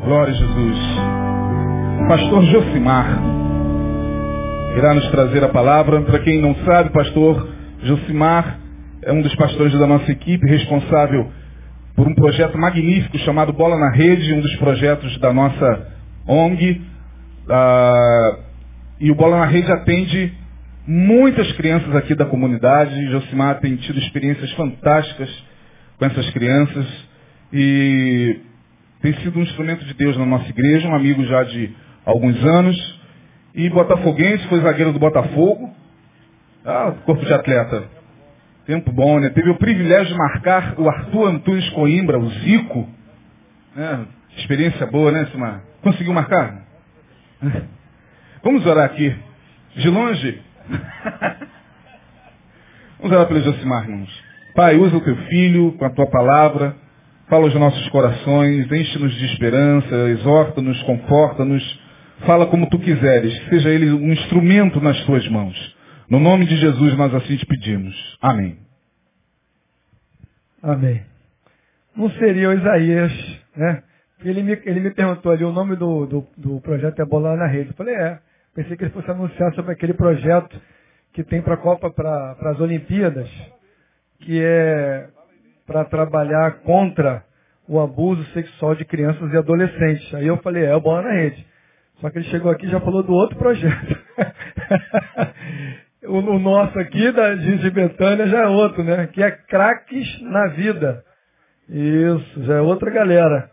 Glória a Jesus. Pastor Josimar irá nos trazer a palavra. Para quem não sabe, pastor Josimar é um dos pastores da nossa equipe, responsável por um projeto magnífico chamado Bola na Rede, um dos projetos da nossa ONG. E o Bola na Rede atende muitas crianças aqui da comunidade. Josimar tem tido experiências fantásticas com essas crianças e tem sido um instrumento de Deus na nossa igreja, um amigo já de alguns anos. E botafoguense, foi zagueiro do Botafogo. Corpo de atleta. Tempo bom, né? Teve o privilégio de marcar o Arthur Antunes Coimbra, o Zico. Experiência boa, né, Simar? Conseguiu marcar? Vamos orar aqui. De longe? Vamos orar pelo Josimar, irmãos. Pai, usa o teu filho com a tua palavra. Fala aos nossos corações, enche-nos de esperança, exorta-nos, conforta-nos. Fala como tu quiseres, que seja ele um instrumento nas tuas mãos. No nome de Jesus nós assim te pedimos. Amém. Amém. Não seria o Isaías, né? Ele me perguntou ali, o nome do projeto é Bola na Rede. Eu falei, pensei que ele fosse anunciar sobre aquele projeto que tem para a Copa, para as Olimpíadas, que é para trabalhar contra o abuso sexual de crianças e adolescentes. Aí eu falei, é o Bola na Rede. Só que ele chegou aqui e já falou do outro projeto. O nosso aqui, de Betânia, já é outro, né? Que é Craques na Vida. Isso, já é outra galera.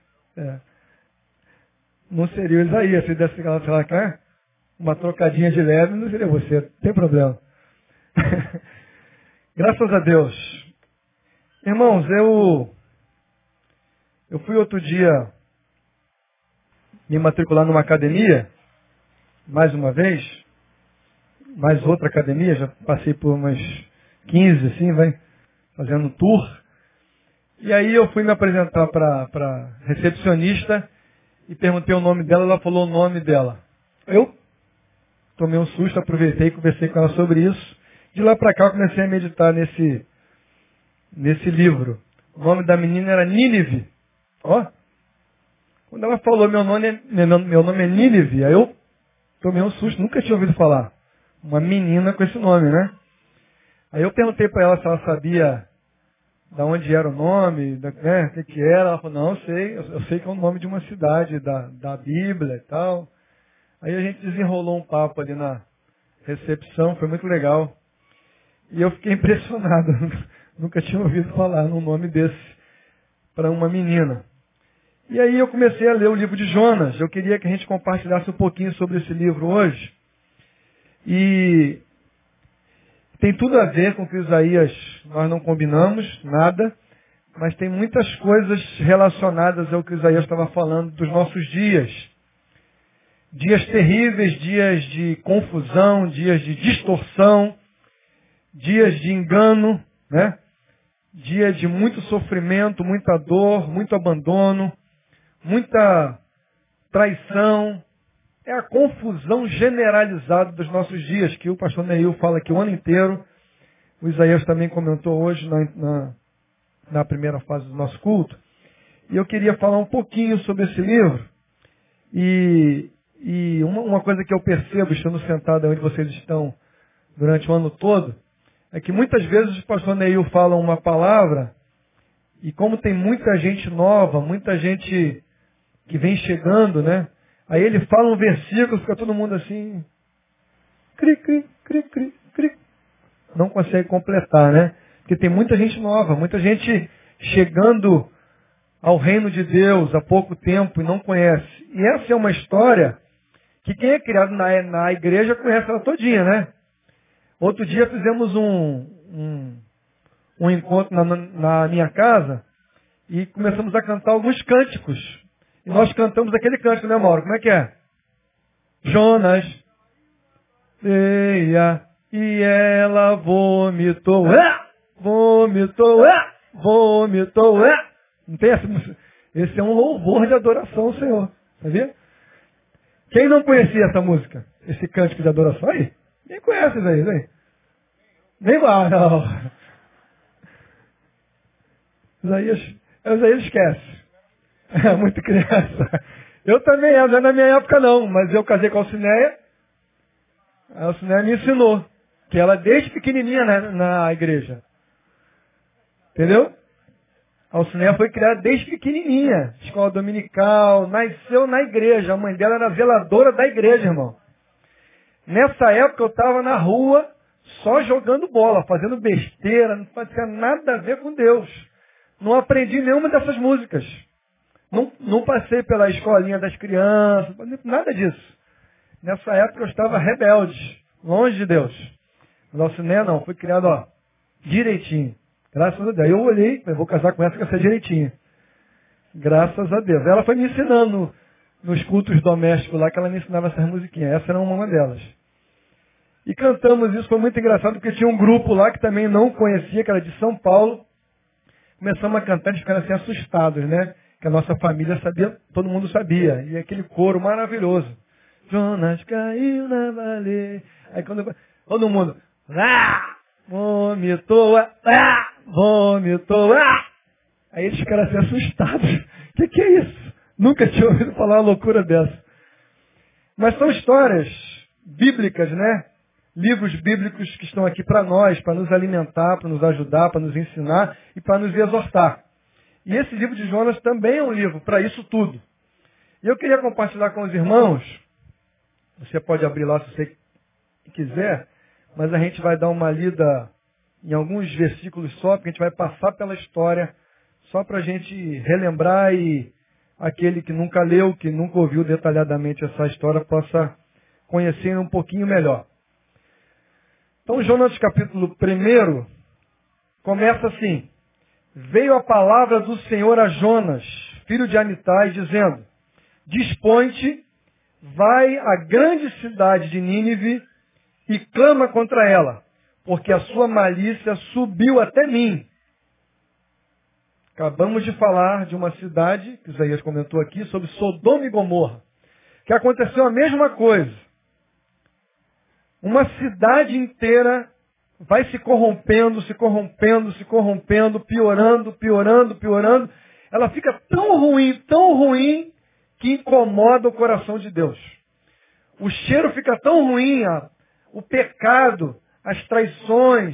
Não seria o Isaías, se desse uma trocadinha de leve, não seria você, não tem problema. Graças a Deus. Irmãos, eu fui outro dia me matricular numa academia, mais uma vez, mais outra academia, já passei por umas 15, assim, fazendo um tour. E aí eu fui me apresentar para recepcionista e perguntei o nome dela, ela falou o nome dela. Eu tomei um susto, aproveitei e conversei com ela sobre isso. De lá para cá eu comecei a meditar nesse livro. O nome da menina era Nínive. Quando ela falou meu nome é Nínive, aí eu tomei um susto, nunca tinha ouvido falar. Uma menina com esse nome, né? Aí eu perguntei para ela se ela sabia de onde era o nome, o que era. Ela falou, não, eu sei que é o nome de uma cidade da Bíblia e tal. Aí a gente desenrolou um papo ali na recepção, foi muito legal. E eu fiquei impressionado, nunca tinha ouvido falar num nome desse para uma menina. E aí eu comecei a ler o livro de Jonas. Eu queria que a gente compartilhasse um pouquinho sobre esse livro hoje. E tem tudo a ver com o que Isaías nós não combinamos, nada, mas tem muitas coisas relacionadas ao que Isaías estava falando dos nossos dias. Dias terríveis, dias de confusão, dias de distorção, dias de engano, né? Dia de muito sofrimento, muita dor, muito abandono, muita traição. É a confusão generalizada dos nossos dias, que o pastor Neil fala aqui o ano inteiro. O Isaías também comentou hoje na primeira fase do nosso culto. E eu queria falar um pouquinho sobre esse livro. E uma coisa que eu percebo, estando sentado onde vocês estão durante o ano todo, é que muitas vezes o pastor Neil fala uma palavra, e como tem muita gente nova, muita gente que vem chegando, né? Aí ele fala um versículo, fica todo mundo assim, cri, cri, cri, cri, cri. Não consegue completar, né? Porque tem muita gente nova, muita gente chegando ao reino de Deus há pouco tempo e não conhece. E essa é uma história que quem é criado na igreja conhece ela todinha, né? Outro dia fizemos um encontro na minha casa e começamos a cantar alguns cânticos. E nós cantamos aquele cântico, né, Mauro? Como é que é? Jonas veia e ela vomitou, vomitou, vomitou. Não tem essa música? Esse é um louvor de adoração ao Senhor. Sabia? Quem não conhecia essa música? Esse cântico de adoração aí? Quem conhece isso aí? Nem vai, não. Isaías esquece. É, muito criança. Eu também era, não é na minha época não, mas eu casei com a Alcineia. A Alcineia me ensinou. Que ela desde pequenininha na igreja. Entendeu? A Alcineia foi criada desde pequenininha. Escola dominical, nasceu na igreja. A mãe dela era zeladora da igreja, irmão. Nessa época eu estava na rua só jogando bola, fazendo besteira, não fazia nada a ver com Deus. Não aprendi nenhuma dessas músicas. Não passei pela escolinha das crianças, nada disso. Nessa época eu estava rebelde, longe de Deus. Mas a Alcineia não, foi criado, direitinho. Graças a Deus. Eu olhei, vou casar com essa que vai ser direitinho. Graças a Deus. Ela foi me ensinando nos cultos domésticos lá, que ela me ensinava essas musiquinhas. Essa era uma delas. E cantamos isso, foi muito engraçado, porque tinha um grupo lá que também não conhecia, que era de São Paulo. Começamos a cantar, eles ficaram assim assustados, né? Que a nossa família sabia, todo mundo sabia. E aquele coro maravilhoso. Jonas caiu na baleia. Aí quando todo mundo, vomitou, vomitou. Aí eles ficaram assim assustados. O que é isso? Nunca tinha ouvido falar uma loucura dessa. Mas são histórias bíblicas, né? Livros bíblicos que estão aqui para nós, para nos alimentar, para nos ajudar, para nos ensinar e para nos exortar. E esse livro de Jonas também é um livro para isso tudo. E eu queria compartilhar com os irmãos, você pode abrir lá se você quiser, mas a gente vai dar uma lida em alguns versículos só, porque a gente vai passar pela história, só para a gente relembrar e aquele que nunca leu, que nunca ouviu detalhadamente essa história, possa conhecer um pouquinho melhor. Então, Jonas capítulo 1 começa assim. Veio a palavra do Senhor a Jonas, filho de Amitai, dizendo, dispõe-te, vai à grande cidade de Nínive e clama contra ela, porque a sua malícia subiu até mim. Acabamos de falar de uma cidade, que Isaías comentou aqui, sobre Sodoma e Gomorra, que aconteceu a mesma coisa. Uma cidade inteira vai se corrompendo, se corrompendo, se corrompendo, piorando, piorando, piorando. Ela fica tão ruim, que incomoda o coração de Deus. O cheiro fica tão ruim, o pecado, as traições,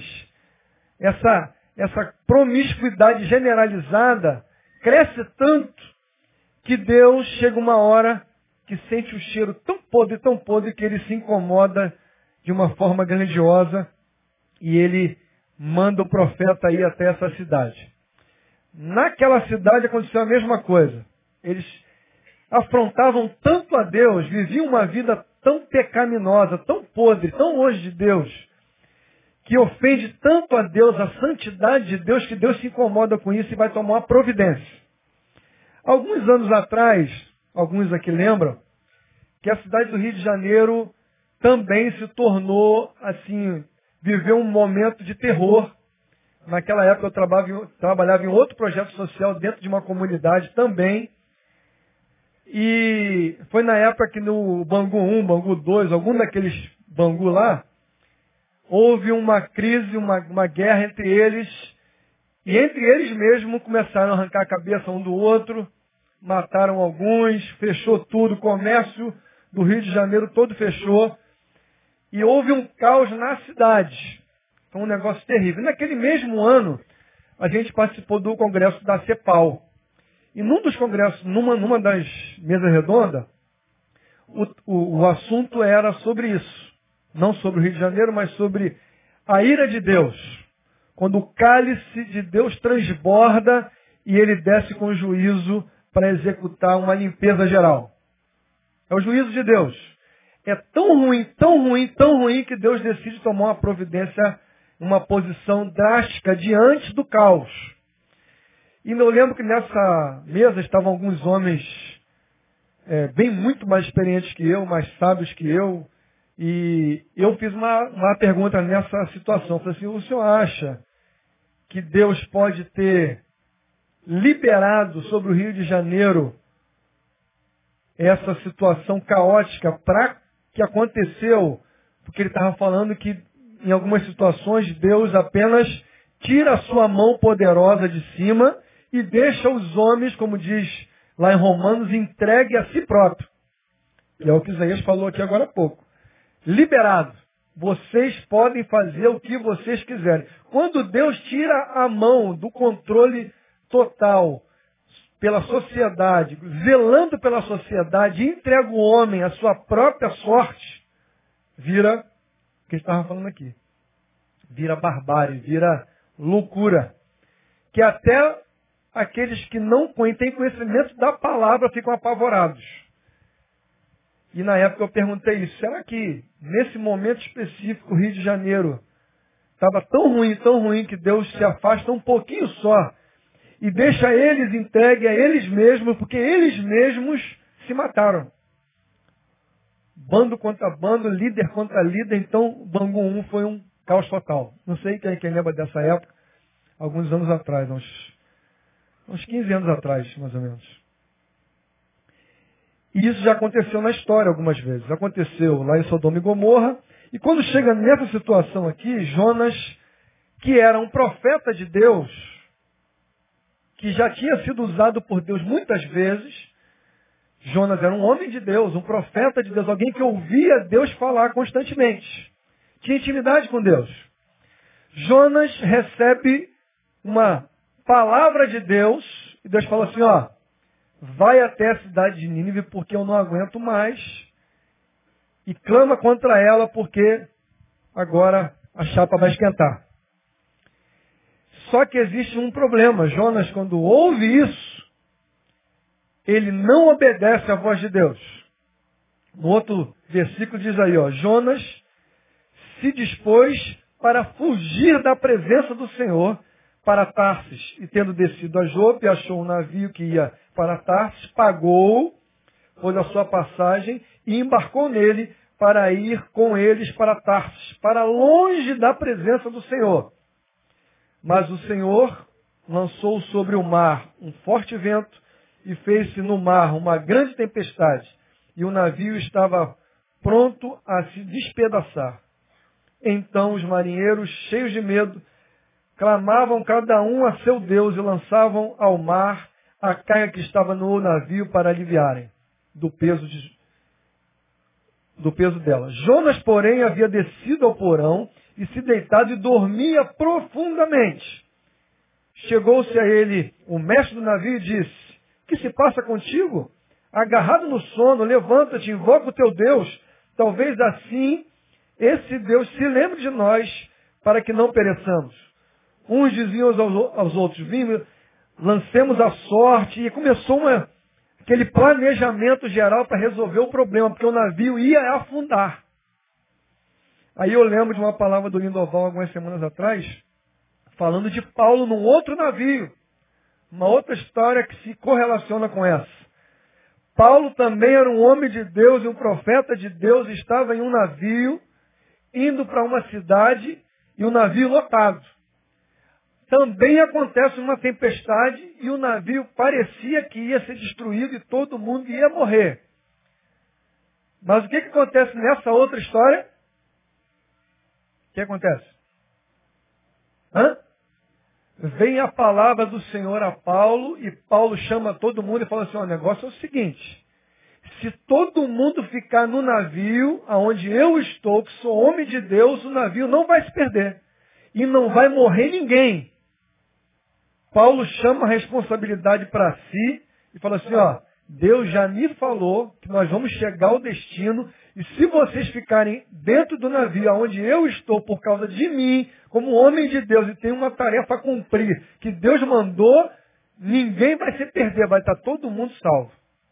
essa promiscuidade generalizada cresce tanto que Deus chega uma hora que sente o cheiro tão podre, que ele se incomoda de uma forma grandiosa e ele manda o profeta ir até essa cidade. Naquela cidade aconteceu a mesma coisa. Eles afrontavam tanto a Deus, viviam uma vida tão pecaminosa, tão podre, tão longe de Deus, que ofende tanto a Deus, a santidade de Deus, que Deus se incomoda com isso e vai tomar uma providência. Alguns anos atrás, alguns aqui lembram, que a cidade do Rio de Janeiro também se tornou, assim, viveu um momento de terror. Naquela época eu trabalhava em outro projeto social dentro de uma comunidade também. E foi na época que no Bangu 1, Bangu 2, algum daqueles Bangu lá, houve uma crise, uma guerra entre eles. E entre eles mesmos começaram a arrancar a cabeça um do outro, mataram alguns, fechou tudo, o comércio do Rio de Janeiro todo fechou. E houve um caos na cidade. Foi um negócio terrível. E naquele mesmo ano, a gente participou do congresso da CEPAL. E num dos congressos, numa das mesas redondas, o assunto era sobre isso. Não sobre o Rio de Janeiro, mas sobre a ira de Deus. Quando o cálice de Deus transborda e ele desce com juízo para executar uma limpeza geral. É o juízo de Deus. É tão ruim que Deus decide tomar uma providência, uma posição drástica diante do caos. E eu lembro que nessa mesa estavam alguns homens bem muito mais experientes que eu, mais sábios que eu. E eu fiz uma pergunta nessa situação. Eu falei assim, o senhor acha que Deus pode ter liberado sobre o Rio de Janeiro essa situação caótica para que aconteceu? Porque ele estava falando que em algumas situações Deus apenas tira a sua mão poderosa de cima e deixa os homens, como diz lá em Romanos, entregue a si próprio. E é o que Isaías falou aqui agora há pouco. Liberado. Vocês podem fazer o que vocês quiserem. Quando Deus tira a mão do controle total pela sociedade, zelando pela sociedade, e entrega o homem à sua própria sorte, vira o que estava falando aqui. Vira barbárie, vira loucura. Que até aqueles que não têm conhecimento da palavra ficam apavorados. E na época eu perguntei isso, será que nesse momento específico o Rio de Janeiro estava tão ruim que Deus se afasta um pouquinho só e deixa eles entregue a eles mesmos, porque eles mesmos se mataram. Bando contra bando, líder contra líder, então Bangu 1 foi um caos total. Não sei quem lembra dessa época, alguns anos atrás, uns 15 anos atrás, mais ou menos. E isso já aconteceu na história algumas vezes. Aconteceu lá em Sodoma e Gomorra. E quando chega nessa situação aqui, Jonas, que era um profeta de Deus, que já tinha sido usado por Deus muitas vezes, Jonas era um homem de Deus, um profeta de Deus, alguém que ouvia Deus falar constantemente. Tinha intimidade com Deus. Jonas recebe uma palavra de Deus, e Deus fala assim, ó, vai até a cidade de Nínive porque eu não aguento mais, e clama contra ela porque agora a chapa vai esquentar. Só que existe um problema. Jonas, quando ouve isso, ele não obedece à voz de Deus. No outro versículo diz aí, ó, Jonas se dispôs para fugir da presença do Senhor para Tarsis, e tendo descido a Jope, achou um navio que ia para Tarsis, pagou, pôs a sua passagem e embarcou nele para ir com eles para Tarsis, para longe da presença do Senhor. Mas o Senhor lançou sobre o mar um forte vento e fez-se no mar uma grande tempestade, e o navio estava pronto a se despedaçar. Então os marinheiros, cheios de medo, clamavam cada um a seu Deus e lançavam ao mar a carga que estava no navio para aliviarem do peso dela. Jonas, porém, havia descido ao porão e se deitado e dormia profundamente. Chegou-se a ele o mestre do navio e disse, que se passa contigo? Agarrado no sono, levanta-te, invoca o teu Deus. Talvez assim esse Deus se lembre de nós para que não pereçamos. Uns diziam aos outros, vimos, lancemos a sorte, e começou aquele planejamento geral para resolver o problema, porque o navio ia afundar. Aí eu lembro de uma palavra do Lindoval algumas semanas atrás, falando de Paulo num outro navio, uma outra história que se correlaciona com essa. Paulo também era um homem de Deus e um profeta de Deus, estava em um navio, indo para uma cidade, e o navio lotado. Também acontece uma tempestade e o navio parecia que ia ser destruído e todo mundo ia morrer. Mas o que acontece nessa outra história? O que acontece? Vem a palavra do Senhor a Paulo e Paulo chama todo mundo e fala assim, o negócio é o seguinte, se todo mundo ficar no navio aonde eu estou, que sou homem de Deus, o navio não vai se perder e não vai morrer ninguém. Paulo chama a responsabilidade para si e fala assim, ó, Deus já me falou que nós vamos chegar ao destino e se vocês ficarem dentro do navio onde eu estou por causa de mim, como homem de Deus e tenho uma tarefa a cumprir que Deus mandou, ninguém vai se perder, vai estar todo mundo salvo.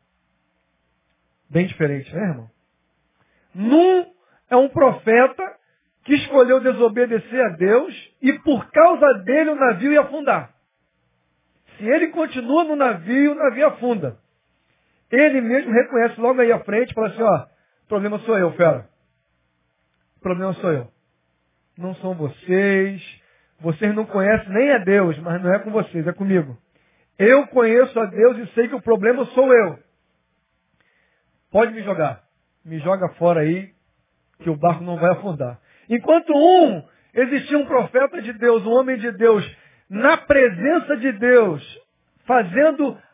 Bem diferente, né, irmão? Num é um profeta que escolheu desobedecer a Deus e por causa dele o navio ia afundar. Se ele continua no navio, o navio afunda. Ele mesmo reconhece logo aí à frente, fala assim, ó, o problema sou eu, fera. O problema sou eu. Não são vocês. Vocês não conhecem nem a Deus, mas não é com vocês, é comigo. Eu conheço a Deus e sei que o problema sou eu. Pode me jogar. Me joga fora aí, que o barco não vai afundar. Enquanto existia um profeta de Deus, um homem de Deus, na presença de Deus, fazendo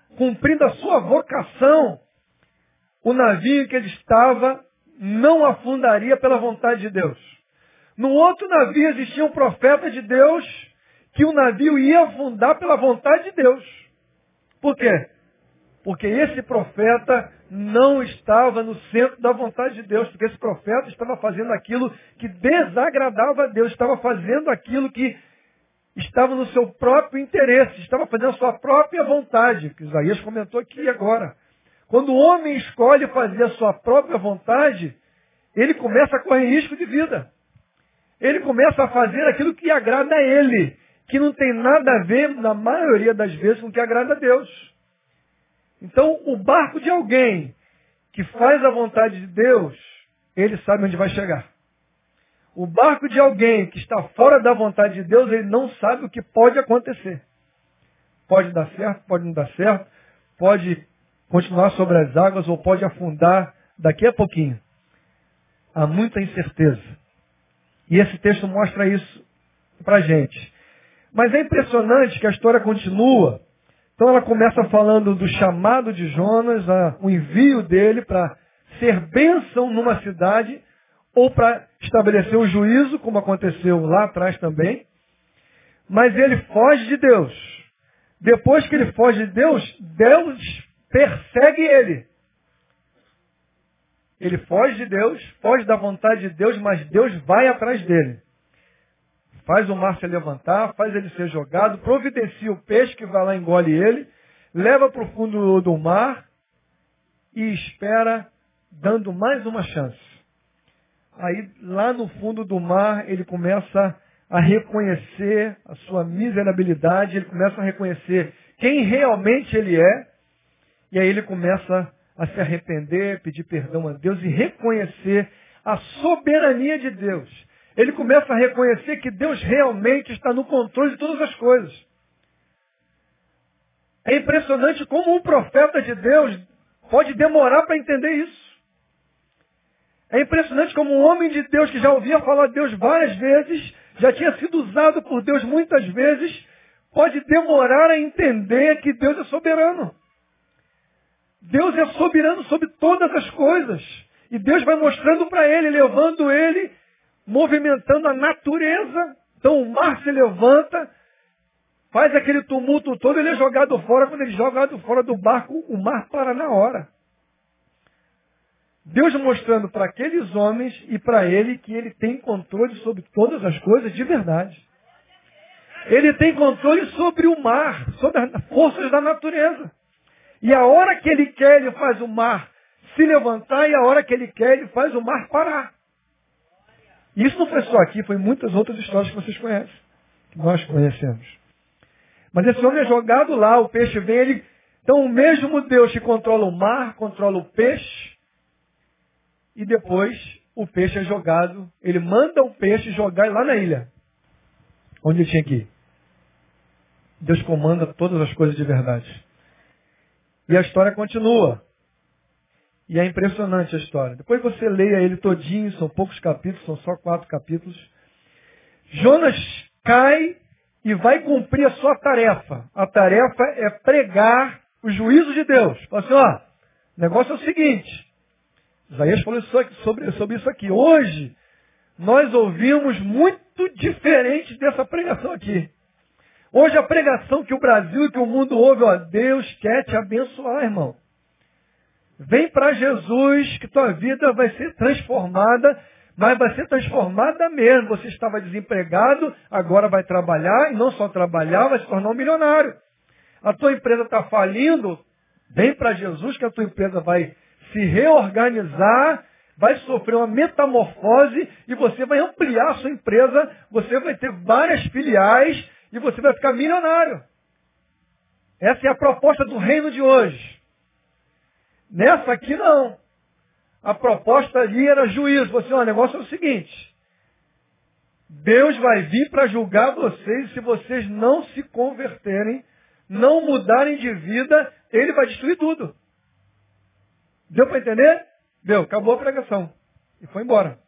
cumprindo a sua vocação, o navio em que ele estava não afundaria pela vontade de Deus. No outro navio existia um profeta de Deus que o navio ia afundar pela vontade de Deus. Por quê? Porque esse profeta não estava no centro da vontade de Deus, porque esse profeta estava fazendo aquilo que desagradava a Deus, estava fazendo aquilo que estava no seu próprio interesse, estava fazendo a sua própria vontade, que Isaías comentou aqui agora. Quando o homem escolhe fazer a sua própria vontade, ele começa a correr risco de vida. Ele começa a fazer aquilo que agrada a ele, que não tem nada a ver, na maioria das vezes, com o que agrada a Deus. Então, o barco de alguém que faz a vontade de Deus, ele sabe onde vai chegar. O barco de alguém que está fora da vontade de Deus, ele não sabe o que pode acontecer. Pode dar certo, pode não dar certo, pode continuar sobre as águas ou pode afundar daqui a pouquinho. Há muita incerteza. E esse texto mostra isso para a gente. Mas é impressionante que a história continua. Então ela começa falando do chamado de Jonas, o envio dele para ser bênção numa cidade, ou para estabelecer o juízo, como aconteceu lá atrás também. Mas ele foge de Deus. Depois que ele foge de Deus, Deus persegue ele. Ele foge de Deus, foge da vontade de Deus, mas Deus vai atrás dele. Faz o mar se levantar, faz ele ser jogado, providencia o peixe que vai lá e engole ele, leva para o fundo do mar e espera, dando mais uma chance. Aí, lá no fundo do mar, ele começa a reconhecer a sua miserabilidade, ele começa a reconhecer quem realmente ele é, e aí ele começa a se arrepender, pedir perdão a Deus e reconhecer a soberania de Deus. Ele começa a reconhecer que Deus realmente está no controle de todas as coisas. É impressionante como um profeta de Deus pode demorar para entender isso. É impressionante como um homem de Deus que já ouvia falar de Deus várias vezes, já tinha sido usado por Deus muitas vezes, pode demorar a entender que Deus é soberano. Deus é soberano sobre todas as coisas. E Deus vai mostrando para ele, levando ele, movimentando a natureza. Então o mar se levanta, faz aquele tumulto todo, ele é jogado fora. Quando ele é jogado fora do barco, o mar para na hora. Deus mostrando para aqueles homens e para ele que ele tem controle sobre todas as coisas de verdade. Ele tem controle sobre o mar, sobre as forças da natureza. E a hora que ele quer, ele faz o mar se levantar, e a hora que ele quer, ele faz o mar parar. E isso não foi só aqui, foi em muitas outras histórias que vocês conhecem, que nós conhecemos. Mas esse homem é jogado lá, o peixe vem, ele... Então o mesmo Deus que controla o mar, controla o peixe, e depois o peixe é jogado, ele manda o peixe jogar lá na ilha, onde ele tinha que ir. Deus comanda todas as coisas de verdade. E a história continua. E é impressionante a história. Depois você leia ele todinho, são poucos capítulos, são só 4 capítulos. Jonas cai e vai cumprir a sua tarefa. A tarefa é pregar o juízo de Deus. Fala assim, ó, o negócio é o seguinte. Isaías falou sobre isso aqui. Hoje, nós ouvimos muito diferente dessa pregação aqui. Hoje a pregação que o Brasil e que o mundo ouve, ó, Deus quer te abençoar, irmão. Vem para Jesus que tua vida vai ser transformada, mas vai ser transformada mesmo. Você estava desempregado, agora vai trabalhar, e não só trabalhar, vai se tornar um milionário. A tua empresa está falindo, vem para Jesus que a tua empresa vai se reorganizar, vai sofrer uma metamorfose e você vai ampliar a sua empresa, você vai ter várias filiais, e você vai ficar milionário. Essa é a proposta do reino de hoje. Nessa aqui não. A proposta ali era juízo. Você, o negócio é o seguinte. Deus vai vir para julgar vocês, e se vocês não se converterem, não mudarem de vida, ele vai destruir tudo. Deu para entender? Deu. Acabou a pregação. E foi embora.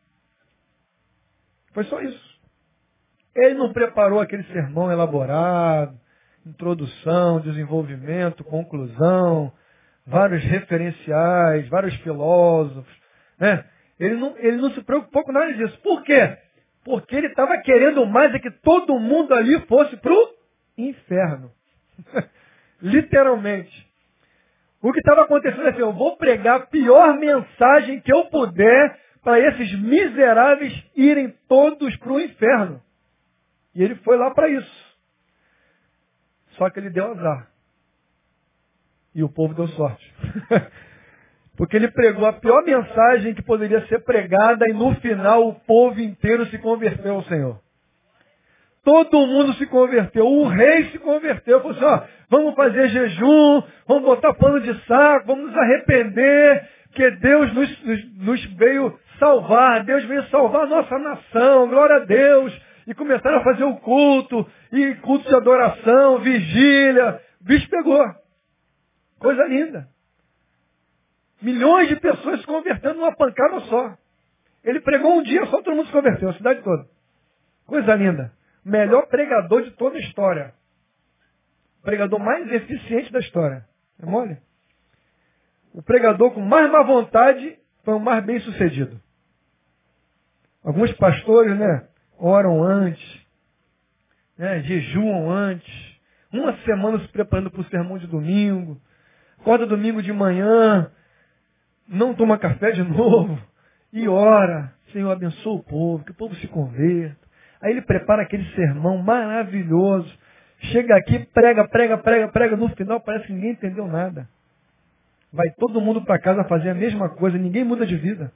Foi só isso. Ele não preparou aquele sermão elaborado. introdução, desenvolvimento, conclusão, vários referenciais, vários filósofos, né? Ele não se preocupou com nada disso. Por quê? Porque ele estava querendo mais é que todo mundo ali fosse para o inferno. Literalmente. O que estava acontecendo é assim, eu vou pregar a pior mensagem que eu puder para esses miseráveis irem todos para o inferno. E ele foi lá para isso. Só que ele deu azar. E o povo deu sorte. Porque ele pregou a pior mensagem que poderia ser pregada e no final o povo inteiro se converteu ao Senhor. Todo mundo se converteu. O rei se converteu. Falou assim, ó, vamos fazer jejum, vamos botar pano de saco, vamos nos arrepender, porque Deus nos veio salvar. Deus veio salvar a nossa nação. Glória a Deus. E começaram a fazer o culto, e culto de adoração, vigília. O bicho pegou. Coisa linda. Milhões de pessoas se convertendo numa pancada só. Ele pregou um dia, só todo mundo se converteu, a cidade toda. Coisa linda. Melhor pregador de toda a história. O pregador mais eficiente da história. É mole? O pregador com mais má vontade foi o mais bem sucedido. Alguns pastores, né, oram antes, né, jejuam antes, uma semana se preparando para o sermão de domingo, acorda domingo de manhã, não toma café de novo e ora, Senhor, abençoa o povo, que o povo se converta. Aí ele prepara aquele sermão maravilhoso. Chega aqui, prega. No final parece que ninguém entendeu nada. Vai todo mundo para casa fazer a mesma coisa. Ninguém muda de vida.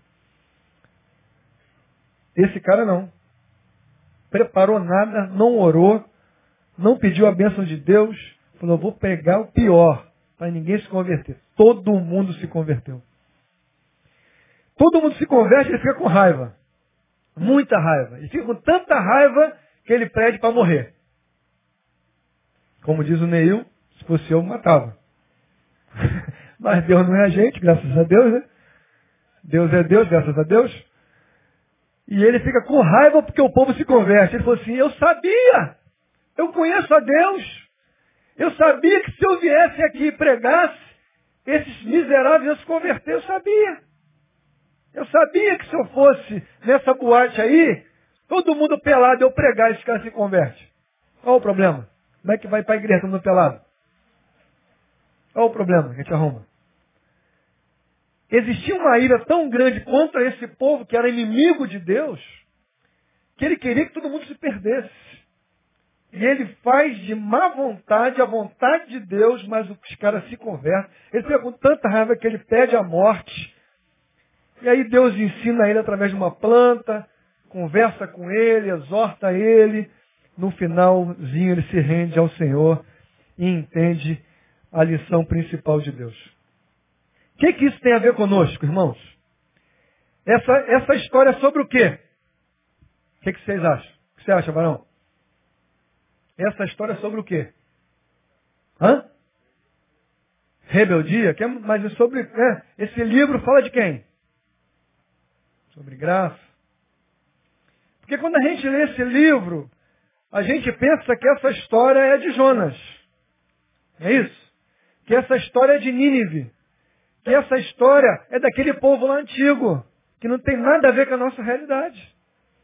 Esse cara não. Preparou nada, não orou, não pediu a bênção de Deus. Falou, vou pregar o pior para ninguém se converter. Todo mundo se converteu. Todo mundo se converte e ele fica com raiva. Muita raiva. E fica com tanta raiva que ele pede para morrer. Como diz o Neil, se fosse eu, matava. Mas Deus não é a gente, graças a Deus, né? Deus é Deus, graças a Deus. E ele fica com raiva porque o povo se converte. Ele falou assim, eu sabia, eu conheço a Deus. Eu sabia que se eu viesse aqui e pregasse, esses miseráveis iam se converter, eu sabia. Eu sabia que se eu fosse nessa boate aí, todo mundo pelado, eu pregar, esse cara se converte. Qual o problema? Como é que vai para a igreja todo mundo pelado? Qual o problema que a gente arruma? Existia uma ira tão grande contra esse povo que era inimigo de Deus, que ele queria que todo mundo se perdesse. E ele faz de má vontade a vontade de Deus, mas os caras se convertem. Ele fica com tanta raiva que ele pede a morte. E aí Deus ensina ele através de uma planta, conversa com ele, exorta ele. No finalzinho ele se rende ao Senhor e entende a lição principal de Deus. O que isso tem a ver conosco, irmãos? Essa história é sobre o quê? O que vocês acham? O que você acha, varão? Essa história é sobre o quê? Hã? Rebeldia? Mas é sobre... esse livro fala de quem? Sobre graça. Porque quando a gente lê esse livro, a gente pensa que essa história é de Jonas. É isso? Que essa história é de Nínive. Que essa história é daquele povo lá antigo, que não tem nada a ver com a nossa realidade.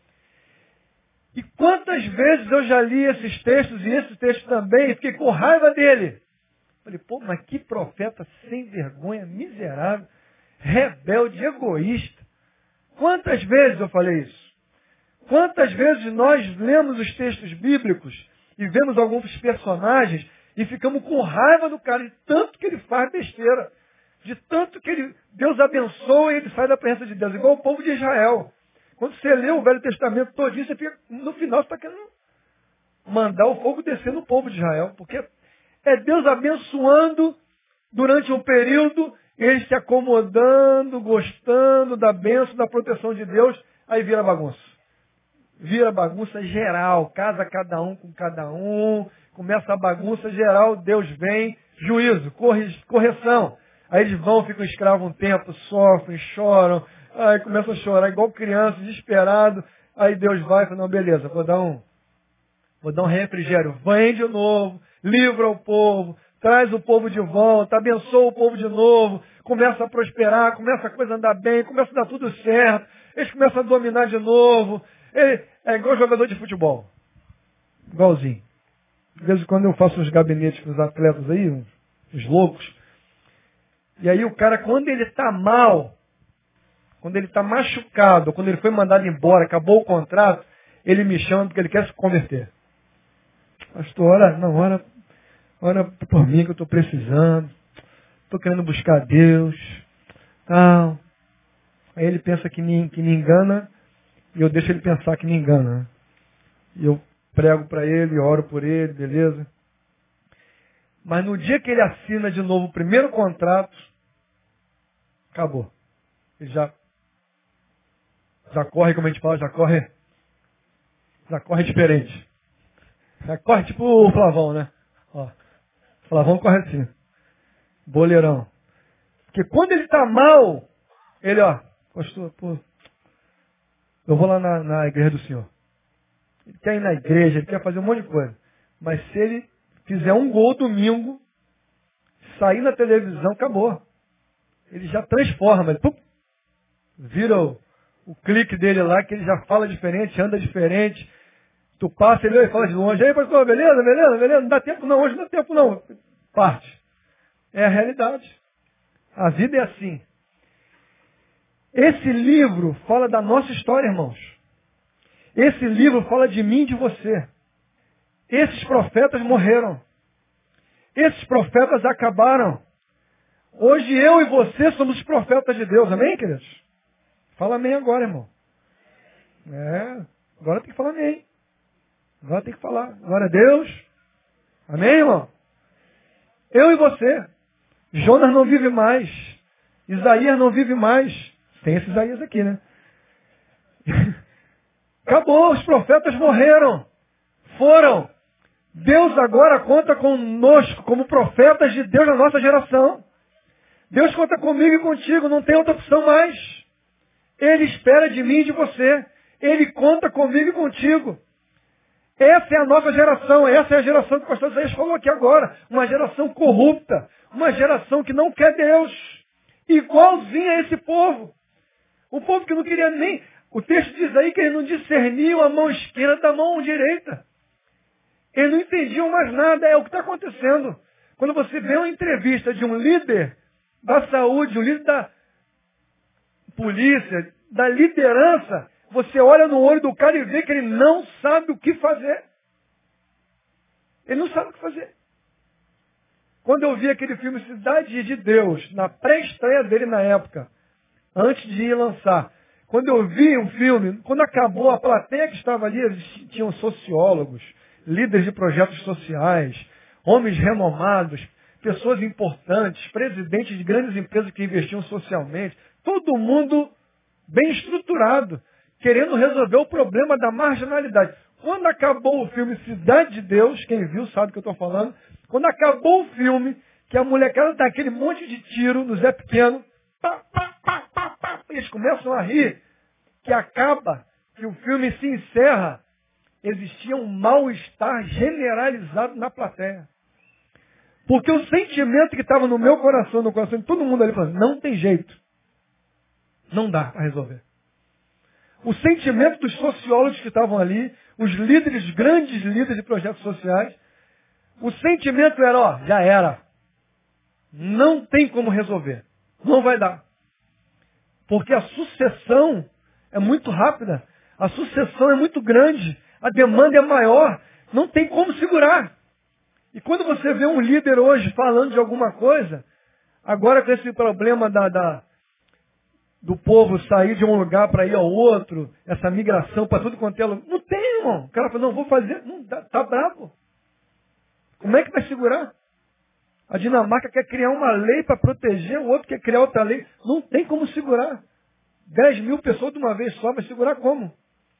E quantas vezes eu já li esses textos, e esse texto também, e fiquei com raiva dele. Falei, pô, mas que profeta sem vergonha, miserável, rebelde, egoísta. Quantas vezes eu falei isso? Quantas vezes nós lemos os textos bíblicos e vemos alguns personagens e ficamos com raiva do cara, de tanto que ele faz besteira, de tanto que Deus abençoa e ele sai da presença de Deus, igual o povo de Israel. Quando você lê o Velho Testamento todinho, você fica, no final você está querendo mandar o fogo descer no povo de Israel, porque é Deus abençoando durante um período, eles se acomodando, gostando da bênção, da proteção de Deus, aí vira bagunça. Vira bagunça geral, casa cada um com cada um, começa a bagunça geral, Deus vem, juízo, correção. Aí eles vão, ficam escravos um tempo, sofrem, choram, aí começam a chorar igual criança, desesperado. Aí Deus vai e fala, não, beleza, vou dar um refrigério, vem de novo, livra o povo, traz o povo de volta, abençoa o povo de novo, começa a prosperar, começa a coisa a andar bem, começa a dar tudo certo, eles começam a dominar de novo. É igual jogador de futebol. Igualzinho. De vez em quando eu faço uns gabinetes com os atletas aí, uns loucos. E aí o cara, quando ele está mal, quando ele está machucado, quando ele foi mandado embora, acabou o contrato, ele me chama porque ele quer se converter. Pastor, ora por mim que eu estou precisando, estou querendo buscar Deus. Tal. Aí ele pensa que me engana, e eu deixo ele pensar que me engana. E eu prego para ele, oro por ele, beleza? Mas no dia que ele assina de novo o primeiro contrato, acabou. Ele já corre, como a gente fala, já corre diferente. Já corre tipo o Flavão, né? Ó, o Flavão corre assim. Boleirão. Porque quando ele está mal, ele, pastor, eu vou lá na igreja do Senhor. Ele quer ir na igreja, ele quer fazer um monte de coisa. Mas se ele fizer um gol domingo, sair na televisão, acabou. Ele já transforma, ele vira o clique dele lá, que ele já fala diferente, anda diferente. Tu passa, ele fala de longe. Aí, pastor, beleza, não dá tempo não, hoje não dá tempo não. Parte. É a realidade. A vida é assim. Esse livro fala da nossa história, irmãos. Esse livro fala de mim e de você. Esses profetas morreram. Esses profetas acabaram. Hoje eu e você somos os profetas de Deus. Amém, queridos? Fala amém agora, irmão. Agora tem que falar amém. Agora tem que falar. Glória a Deus. Amém, irmão? Eu e você. Jonas não vive mais. Isaías não vive mais. Tem esse Isaías aqui, né? Acabou, os profetas morreram. Foram. Deus agora conta conosco como profetas de Deus na nossa geração. Deus conta comigo e contigo, não tem outra opção mais. Ele espera de mim e de você. Ele conta comigo e contigo. Essa é a nossa geração, essa é a geração que o pastor Isaías falou aqui agora. Uma geração corrupta, uma geração que não quer Deus. Igualzinho a esse povo. O povo que não queria nem... O texto diz aí que eles não discerniam a mão esquerda da mão direita. Eles não entendiam mais nada, é o que está acontecendo. Quando você vê uma entrevista de um líder da saúde, um líder da polícia, da liderança, você olha no olho do cara e vê que ele não sabe o que fazer. Ele não sabe o que fazer. Quando eu vi aquele filme Cidade de Deus, na pré-estreia dele na época, antes de ir lançar, quando eu vi um filme, quando acabou a plateia que estava ali, tinham sociólogos, líderes de projetos sociais, homens renomados, pessoas importantes, presidentes de grandes empresas que investiam socialmente, todo mundo bem estruturado, querendo resolver o problema da marginalidade. Quando acabou o filme Cidade de Deus, quem viu sabe o que eu estou falando, quando acabou o filme, que a molecada dá aquele monte de tiro no Zé Pequeno, eles começam a rir, que acaba, que o filme se encerra, existia um mal-estar generalizado na plateia. Porque o sentimento que estava no meu coração, no coração de todo mundo ali, falando, não tem jeito. Não dá para resolver. O sentimento dos sociólogos que estavam ali, os líderes, grandes líderes de projetos sociais, o sentimento era, já era. Não tem como resolver. Não vai dar. Porque a sucessão é muito rápida. A sucessão é muito grande. A demanda é maior. Não tem como segurar. E quando você vê um líder hoje falando de alguma coisa, agora com esse problema do povo sair de um lugar para ir ao outro, essa migração para tudo quanto é lugar, não tem, irmão. O cara fala, não, vou fazer. Não, tá bravo. Como é que vai segurar? A Dinamarca quer criar uma lei para proteger, o outro quer criar outra lei. Não tem como segurar. 10 mil pessoas de uma vez só, vai segurar como?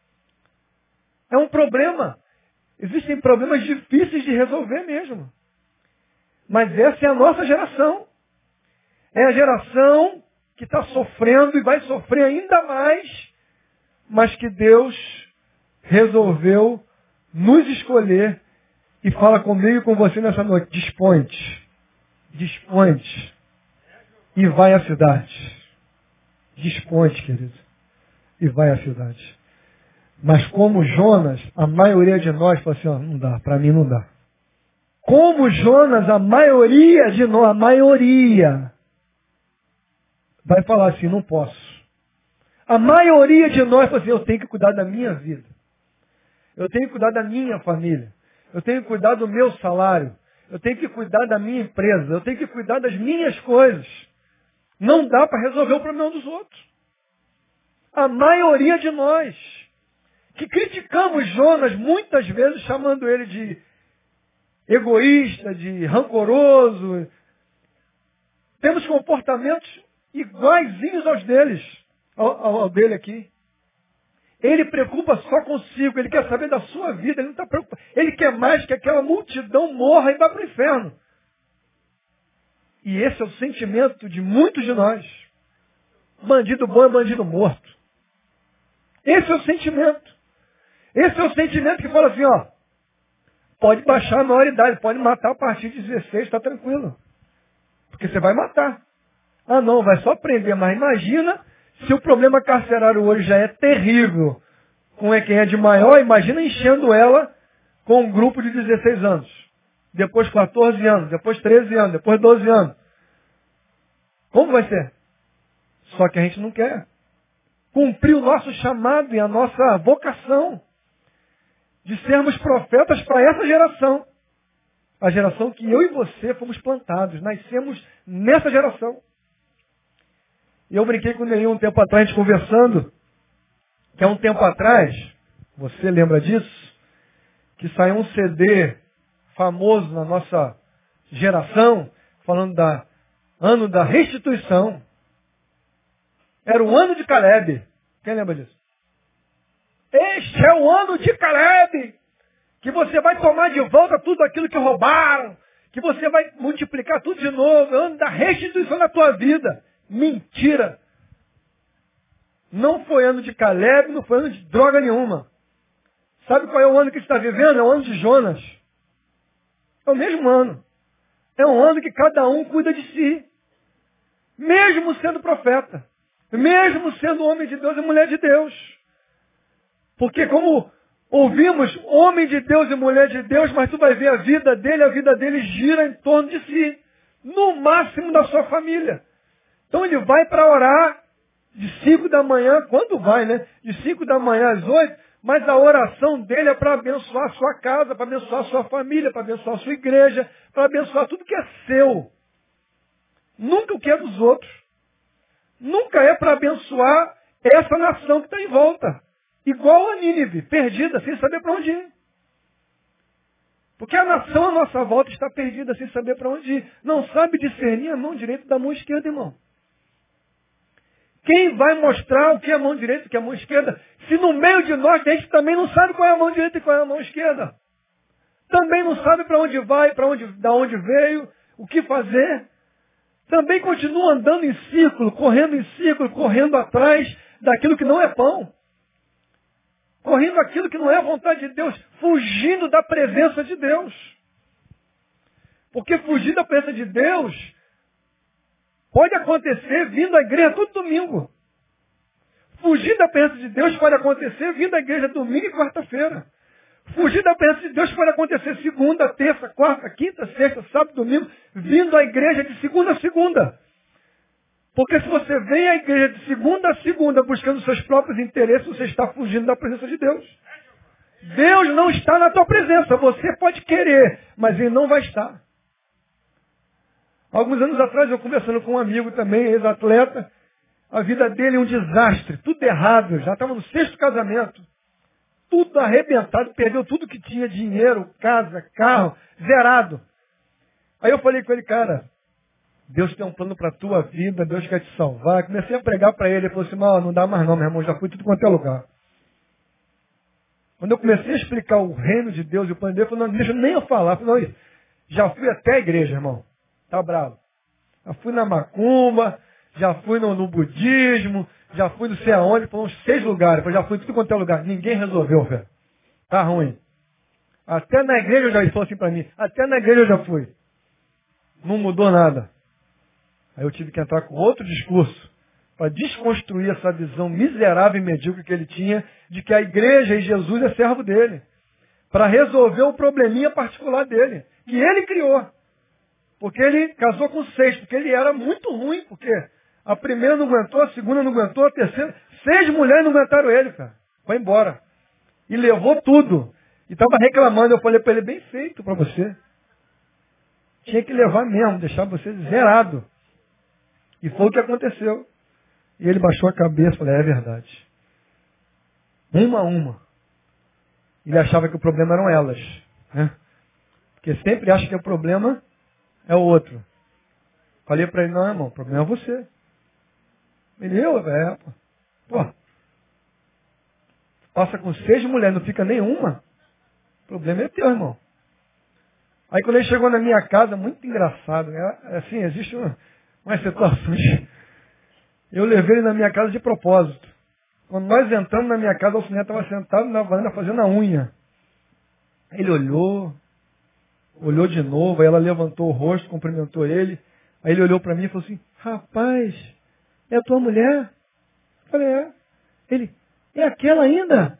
É um problema. Existem problemas difíceis de resolver mesmo. Mas essa é a nossa geração. É a geração que está sofrendo e vai sofrer ainda mais, mas que Deus resolveu nos escolher e fala comigo e com você nessa noite. Dispõe-te. Dispõe-te. E vai à cidade. Dispõe-te, querido. E vai à cidade. Mas como Jonas, a maioria de nós fala assim, ó, não dá, para mim não dá. Como Jonas, a maioria de nós, a maioria, vai falar assim, não posso. A maioria de nós fala assim, eu tenho que cuidar da minha vida. Eu tenho que cuidar da minha família. Eu tenho que cuidar do meu salário. Eu tenho que cuidar da minha empresa. Eu tenho que cuidar das minhas coisas. Não dá para resolver o problema dos outros. A maioria de nós, que criticamos Jonas muitas vezes, chamando ele de egoísta, de rancoroso, temos comportamentos iguaizinhos aos deles, ao dele aqui. Ele preocupa só consigo, ele quer saber da sua vida, ele não está preocupado. Ele quer mais que aquela multidão morra e vá para o inferno. E esse é o sentimento de muitos de nós. Bandido bom é bandido morto. Esse é o sentimento. Esse é o sentimento que fala assim, ó, pode baixar a maioridade, pode matar a partir de 16, está tranquilo. Porque você vai matar. Ah não, vai só prender, mas imagina se o problema carcerário hoje já é terrível com quem é de maior, imagina enchendo ela com um grupo de 16 anos. Depois 14 anos, depois 13 anos, depois 12 anos. Como vai ser? Só que a gente não quer cumprir o nosso chamado e a nossa vocação de sermos profetas para essa geração. A geração que eu e você fomos plantados, nascemos nessa geração. E eu brinquei com o Neil um tempo atrás, a gente conversando, que há um tempo atrás, você lembra disso? Que saiu um CD famoso na nossa geração, falando da ano da restituição. Era o ano de Caleb. Quem lembra disso? Este é o ano de Caleb, que você vai tomar de volta tudo aquilo que roubaram, que você vai multiplicar tudo de novo, é o ano da restituição da tua vida. Mentira! Não foi ano de Caleb, não foi ano de droga nenhuma. Sabe qual é o ano que está vivendo? É o ano de Jonas. É o mesmo ano. É um ano que cada um cuida de si. Mesmo sendo profeta. Mesmo sendo homem de Deus e mulher de Deus. Porque como ouvimos homem de Deus e mulher de Deus, mas tu vai ver a vida dele gira em torno de si. No máximo da sua família. Então ele vai para orar de 5 da manhã, quando vai, né? De 5 da manhã às 8, mas a oração dele é para abençoar a sua casa, para abençoar a sua família, para abençoar a sua igreja, para abençoar tudo que é seu. Nunca o que é dos outros. Nunca é para abençoar essa nação que está em volta. Igual a Nínive, perdida, sem saber para onde ir. Porque a nação à nossa volta está perdida, sem saber para onde ir. Não sabe discernir a mão direita da mão esquerda, irmão. Quem vai mostrar o que é a mão direita e o que é a mão esquerda? Se no meio de nós a gente também não sabe qual é a mão direita e qual é a mão esquerda. Também não sabe para onde vai, da onde veio, o que fazer. Também continua andando em círculo, correndo atrás daquilo que não é pão. Correndo aquilo que não é a vontade de Deus, fugindo da presença de Deus. Porque fugir da presença de Deus pode acontecer vindo à igreja todo domingo. Fugir da presença de Deus pode acontecer vindo à igreja domingo e quarta-feira. Fugir da presença de Deus pode acontecer segunda, terça, quarta, quinta, sexta, sábado, domingo, vindo à igreja de segunda a segunda. Porque se você vem à igreja de segunda a segunda buscando seus próprios interesses, você está fugindo da presença de Deus. Deus não está na tua presença. Você pode querer, mas Ele não vai estar. Alguns anos atrás, eu conversando com um amigo também, ex-atleta, a vida dele é um desastre, tudo errado, já estava no 6º casamento, tudo arrebentado, perdeu tudo que tinha, dinheiro, casa, carro, zerado. Aí eu falei com ele, cara, Deus tem um plano para a tua vida, Deus quer te salvar. Comecei a pregar para ele, ele falou assim, não dá mais não, meu irmão, já fui tudo quanto é lugar. Quando eu comecei a explicar o reino de Deus e o plano de Deus, ele falou, não deixa nem eu falar. Eu falei, já fui até a igreja, irmão. Tá bravo. Já fui na macumba, já fui no budismo, já fui não sei aonde, por uns 6 lugares. Eu já fui em tudo quanto é lugar. Ninguém resolveu, velho. Tá ruim. Até na igreja eu já, ele falou assim para mim, até na igreja eu já fui. Não mudou nada. Aí eu tive que entrar com outro discurso para desconstruir essa visão miserável e medíocre que ele tinha de que a igreja e Jesus é servo dele. Para resolver o probleminha particular dele, que ele criou. Porque ele casou com 6, porque ele era muito ruim, porque a primeira não aguentou, a segunda não aguentou, a terceira, 6 mulheres não aguentaram ele, cara. Foi embora. E levou tudo. E estava reclamando, eu falei para ele, bem feito para você. Tinha que levar mesmo, deixar você zerado. E foi o que aconteceu. E ele baixou a cabeça e falou, é verdade. Uma a uma. Ele achava que o problema eram elas. Né? Porque sempre acha que o problema é o outro. Falei para ele, não, irmão, o problema é você. Ele, pô. Passa com 6 mulheres, não fica nenhuma. O problema é teu, irmão. Aí quando ele chegou na minha casa, muito engraçado, né? Assim, existem umas situações. Eu levei ele na minha casa de propósito. Quando nós entramos na minha casa, o Alcinete estava sentado na varanda fazendo a unha. Ele olhou de novo, aí ela levantou o rosto, cumprimentou ele. Aí ele olhou para mim e falou assim, rapaz, é a tua mulher? Eu falei, é. Ele, é aquela ainda?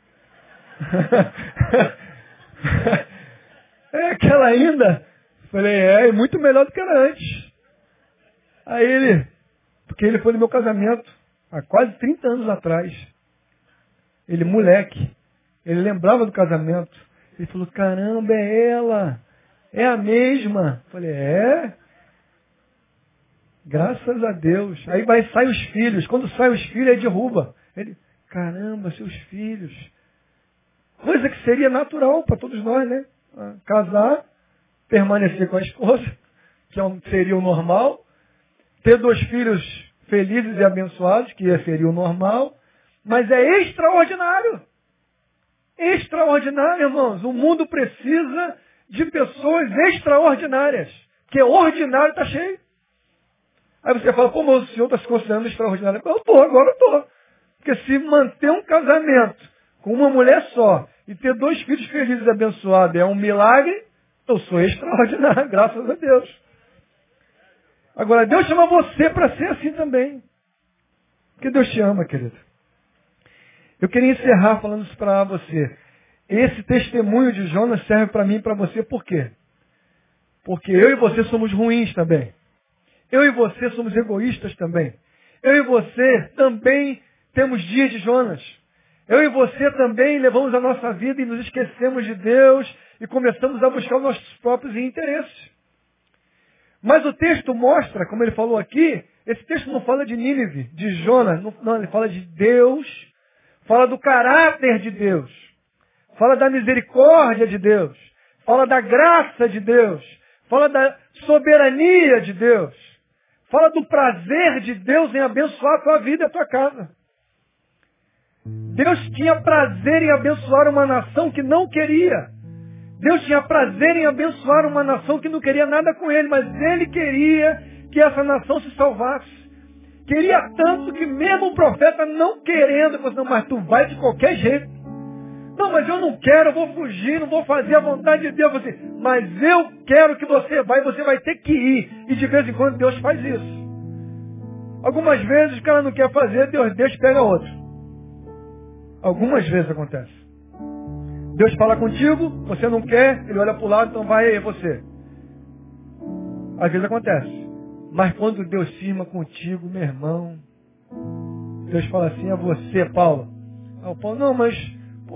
É aquela ainda? Eu falei, é muito melhor do que era antes. Aí ele, porque ele foi no meu casamento, há quase 30 anos atrás. Ele, moleque, ele lembrava do casamento. Ele falou, caramba, é ela, é a mesma. Eu falei, é? Graças a Deus. Aí sai os filhos, quando sai os filhos, aí derruba. Ele, caramba, seus filhos. Coisa que seria natural para todos nós, né? Casar, permanecer com a esposa, que seria o normal, ter 2 filhos felizes e abençoados, que seria o normal, mas é extraordinário. Extraordinário, irmãos. O mundo precisa de pessoas extraordinárias, porque ordinário está cheio. Aí você fala, pô, mas o senhor está se considerando extraordinário? Agora eu estou. Porque se manter um casamento com uma mulher só e ter 2 filhos felizes e abençoados é um milagre, eu sou extraordinário, graças a Deus. Agora, Deus chama você para ser assim também. Porque Deus te ama, querido. Eu queria encerrar falando isso para você. Esse testemunho de Jonas serve para mim e para você por quê? Porque eu e você somos ruins também. Eu e você somos egoístas também. Eu e você também temos dias de Jonas. Eu e você também levamos a nossa vida e nos esquecemos de Deus e começamos a buscar os nossos próprios interesses. Mas o texto mostra, como ele falou aqui, esse texto não fala de Nínive, de Jonas, não, ele fala de Deus, fala do caráter de Deus, fala da misericórdia de Deus, fala da graça de Deus, fala da soberania de Deus, fala do prazer de Deus em abençoar a tua vida e a tua casa. Deus tinha prazer em abençoar uma nação que não queria. Deus tinha prazer em abençoar uma nação que não queria nada com ele, mas ele queria que essa nação se salvasse. Queria tanto que mesmo o profeta não querendo, falou assim, mas tu vai de qualquer jeito. Não, mas eu não quero, eu vou fugir, não vou fazer a vontade de Deus. Assim, mas eu quero que você vai ter que ir. E de vez em quando Deus faz isso. Algumas vezes o cara não quer fazer, Deus deixa e pega outro. Algumas vezes acontece. Deus fala contigo, você não quer, ele olha para o lado, então vai aí você. Às vezes acontece. Mas quando Deus cisma contigo, meu irmão, Deus fala assim, é você, Paulo. Aí o Paulo, não, mas,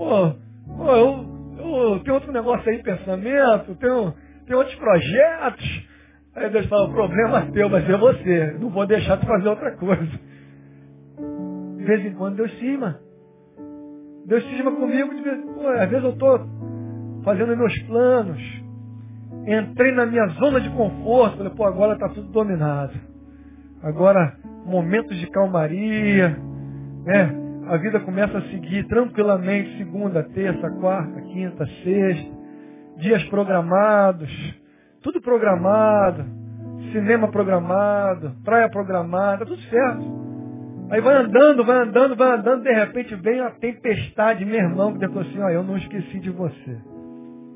eu tenho outro negócio aí, pensamento, tenho outros projetos. Aí Deus fala, o problema é teu, vai ser você. Não vou deixar de fazer outra coisa. De vez em quando Deus cisma. Deus cisma comigo, às vezes eu estou fazendo meus planos. Entrei na minha zona de conforto. Falei, agora está tudo dominado. Agora, momentos de calmaria. Né? A vida começa a seguir tranquilamente. Segunda, terça, quarta, quinta, sexta. Dias programados. Tudo programado. Cinema programado. Praia programada. Tudo certo. Aí vai andando, de repente vem a tempestade, meu irmão, que Deus falou assim, eu não esqueci de você.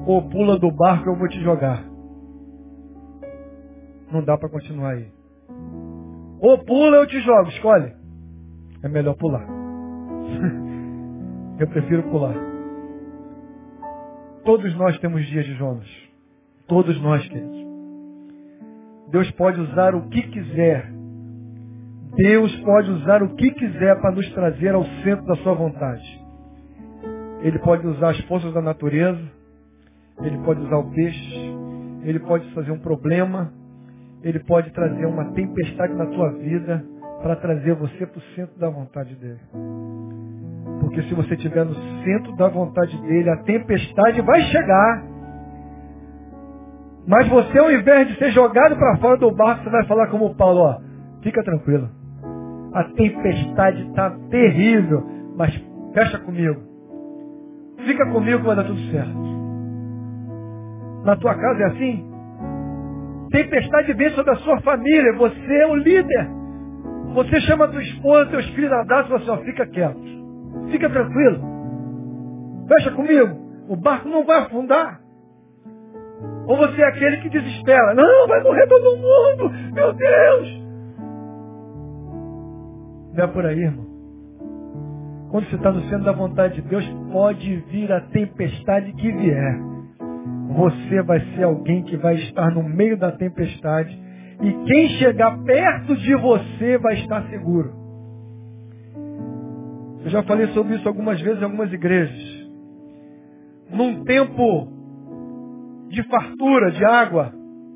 ou pula do barco, eu vou te jogar. Não dá para continuar aí. Ou pula, eu te jogo. Escolhe. É melhor pular. Eu prefiro pular. Todos nós temos dias de Jonas. Todos nós, queridos. Deus pode usar o que quiser. Deus pode usar o que quiser para nos trazer ao centro da sua vontade. Ele pode usar as forças da natureza. Ele pode usar o peixe. Ele pode fazer um problema. Ele pode trazer uma tempestade na tua vida para trazer você para o centro da vontade dele. Porque se você estiver no centro da vontade dele, a tempestade vai chegar. Mas você, ao invés de ser jogado para fora do barco, você vai falar como Paulo, ó, fica tranquilo. A tempestade está terrível, mas fecha comigo. Fica comigo que vai dar tudo certo. Na tua casa é assim? Tempestade vem sobre a sua família, você é o líder. Você chama a tua esposa, teus filhos na abraço e fala assim, ó, fica quieto. Fica tranquilo. Fecha comigo. O barco não vai afundar. Ou você é aquele que desespera. Não, vai morrer todo mundo. Meu Deus. Não é por aí, irmão. Quando você está no centro da vontade de Deus, pode vir a tempestade que vier. Você vai ser alguém que vai estar no meio da tempestade. E quem chegar perto de você vai estar seguro. Eu já falei sobre isso algumas vezes em algumas igrejas. Num tempo de fartura de água,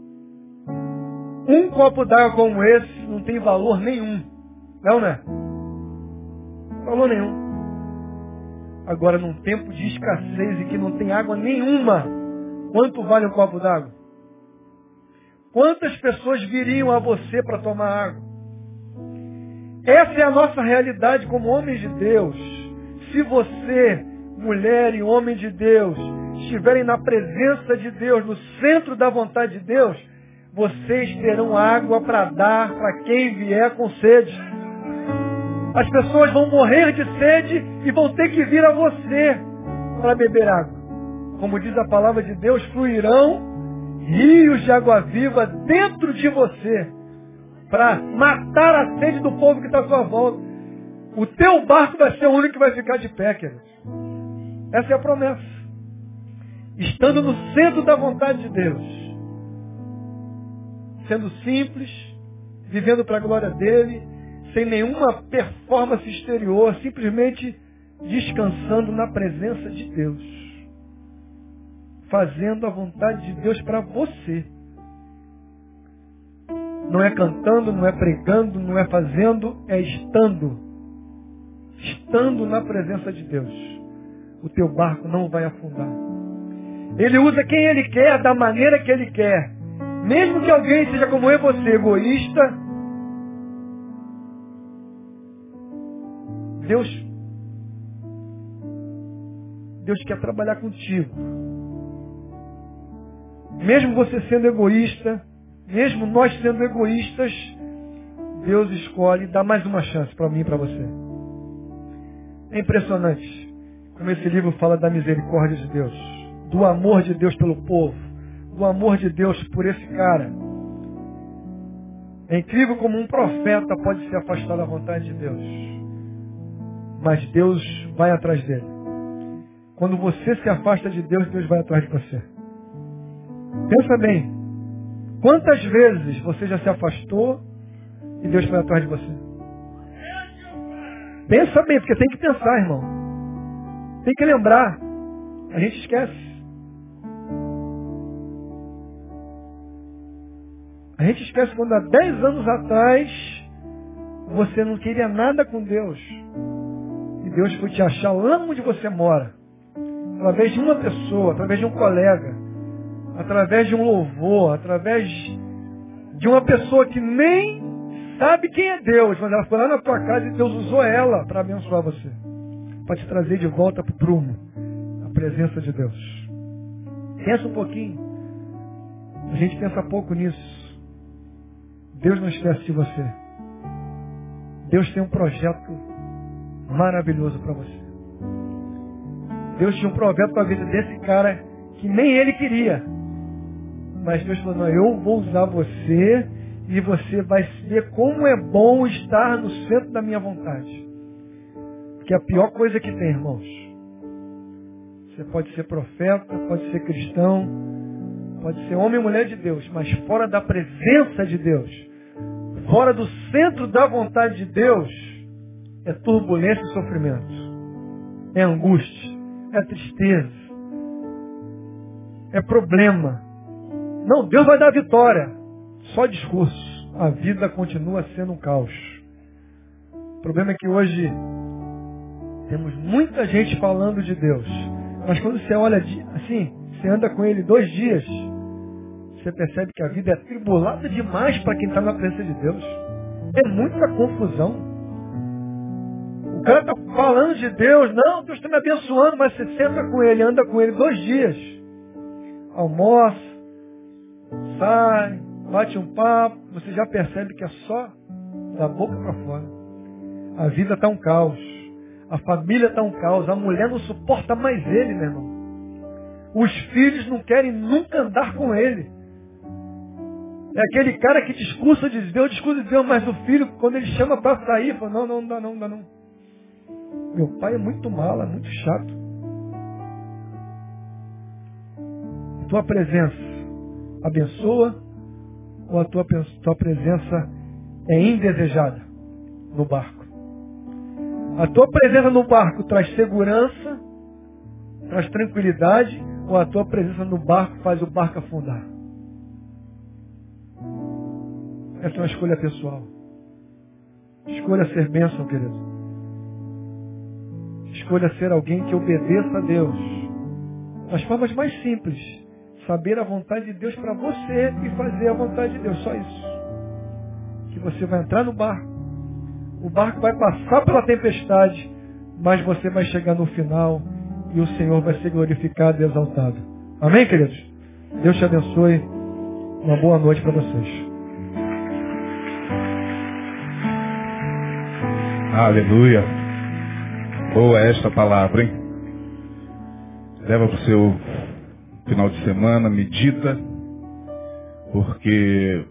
um copo d'água como esse não tem valor nenhum. Não é? Valor nenhum. Agora, num tempo de escassez e que não tem água nenhuma, quanto vale um copo d'água? Quantas pessoas viriam a você para tomar água? Essa é a nossa realidade como homens de Deus. Se você, mulher e homem de Deus, estiverem na presença de Deus, no centro da vontade de Deus, vocês terão água para dar para quem vier com sede. As pessoas vão morrer de sede e vão ter que vir a você para beber água. Como diz a palavra de Deus, fluirão rios de água viva dentro de você para matar a sede do povo que está à sua volta. O teu barco vai ser o único que vai ficar de pé, queridos. Essa é a promessa. Estando no centro da vontade de Deus. Sendo simples, vivendo para a glória dele, sem nenhuma performance exterior, simplesmente descansando na presença de Deus. Fazendo a vontade de Deus para você. Não é cantando, não é pregando, não é fazendo, é estando. Estando na presença de Deus. O teu barco não vai afundar. Ele usa quem ele quer, da maneira que ele quer. Mesmo que alguém seja como eu e você, egoísta, Deus quer trabalhar contigo. Mesmo você sendo egoísta, mesmo nós sendo egoístas, Deus escolhe e dá mais uma chance para mim e para você. É impressionante como esse livro fala da misericórdia de Deus, do amor de Deus pelo povo, do amor de Deus por esse cara. É incrível como um profeta pode se afastar da vontade de Deus. Mas Deus vai atrás dele. Quando você se afasta de Deus, Deus vai atrás de você. Pensa bem. Quantas vezes você já se afastou e Deus foi atrás de você? Pensa bem, porque tem que pensar, irmão. Tem que lembrar. A gente esquece. A gente esquece quando há 10 anos atrás você não queria nada com Deus. E Deus foi te achar lá onde você mora. Através de uma pessoa, através de um colega, através de um louvor, através de uma pessoa que nem sabe quem é Deus, mas ela foi lá na tua casa e Deus usou ela para abençoar você. Para te trazer de volta para o prumo, a presença de Deus. Pensa um pouquinho. A gente pensa pouco nisso. Deus não esquece de você. Deus tem um projeto maravilhoso para você. Deus tinha um projeto para a vida desse cara que nem ele queria. Mas Deus falou, não, eu vou usar você e você vai ver como é bom estar no centro da minha vontade. Porque a pior coisa que tem, irmãos, você pode ser profeta, pode ser cristão, pode ser homem ou mulher de Deus, mas fora da presença de Deus, fora do centro da vontade de Deus, é turbulência e sofrimento, é angústia, é tristeza, é problema. Não, Deus vai dar vitória. Só discurso. A vida continua sendo um caos. O problema é que hoje temos muita gente falando de Deus. Mas quando você olha assim, você anda com ele 2 dias, você percebe que a vida é tribulada demais para quem está na presença de Deus. É muita confusão. O cara está falando de Deus, não, Deus está me abençoando, mas você senta com ele, anda com ele 2 dias. Almoça, sai, bate um papo, você já percebe que é só da boca para fora. A vida está um caos. A família está um caos. A mulher não suporta mais ele, meu irmão. Os filhos não querem nunca andar com ele. É aquele cara que discursa de Deus, mas o filho, quando ele chama para sair, fala, não dá não. Meu pai é muito mala, muito chato. Tua presença abençoa ou a tua presença é indesejada no barco? A tua presença no barco traz segurança, traz tranquilidade, ou a tua presença no barco faz o barco afundar? Essa é uma escolha pessoal. Escolha ser bênção, querido. Escolha ser alguém que obedeça a Deus. Das formas mais simples. Saber a vontade de Deus para você e fazer a vontade de Deus. Só isso. Que você vai entrar no barco. O barco vai passar pela tempestade, mas você vai chegar no final e o Senhor vai ser glorificado e exaltado. Amém, queridos? Deus te abençoe. Uma boa noite para vocês. Aleluia. Boa esta palavra, hein? Leva para o seu final de semana, medita, porque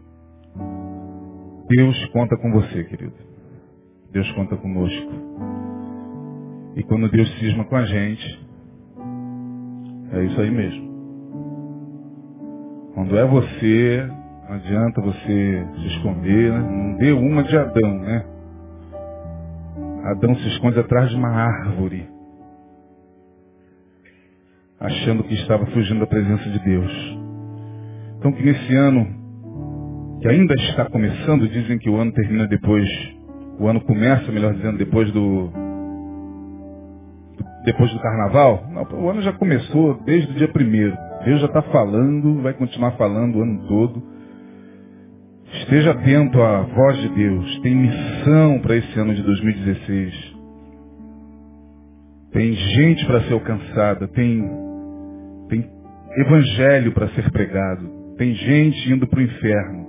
Deus conta com você, querido. Deus conta conosco. E quando Deus cisma com a gente, é isso aí mesmo. Quando é você, não adianta você se esconder, né? Não dê uma de Adão, né? Adão se esconde atrás de uma árvore, achando que estava fugindo da presença de Deus. Então que nesse ano, que ainda está começando, dizem que o ano termina depois, o ano começa, melhor dizendo, depois do carnaval. Não, o ano já começou desde o dia 1º. Deus já está falando, vai continuar falando o ano todo. Esteja atento à voz de Deus. Tem missão para esse ano de 2016. Tem gente para ser alcançada. Tem evangelho para ser pregado. Tem gente indo para o inferno.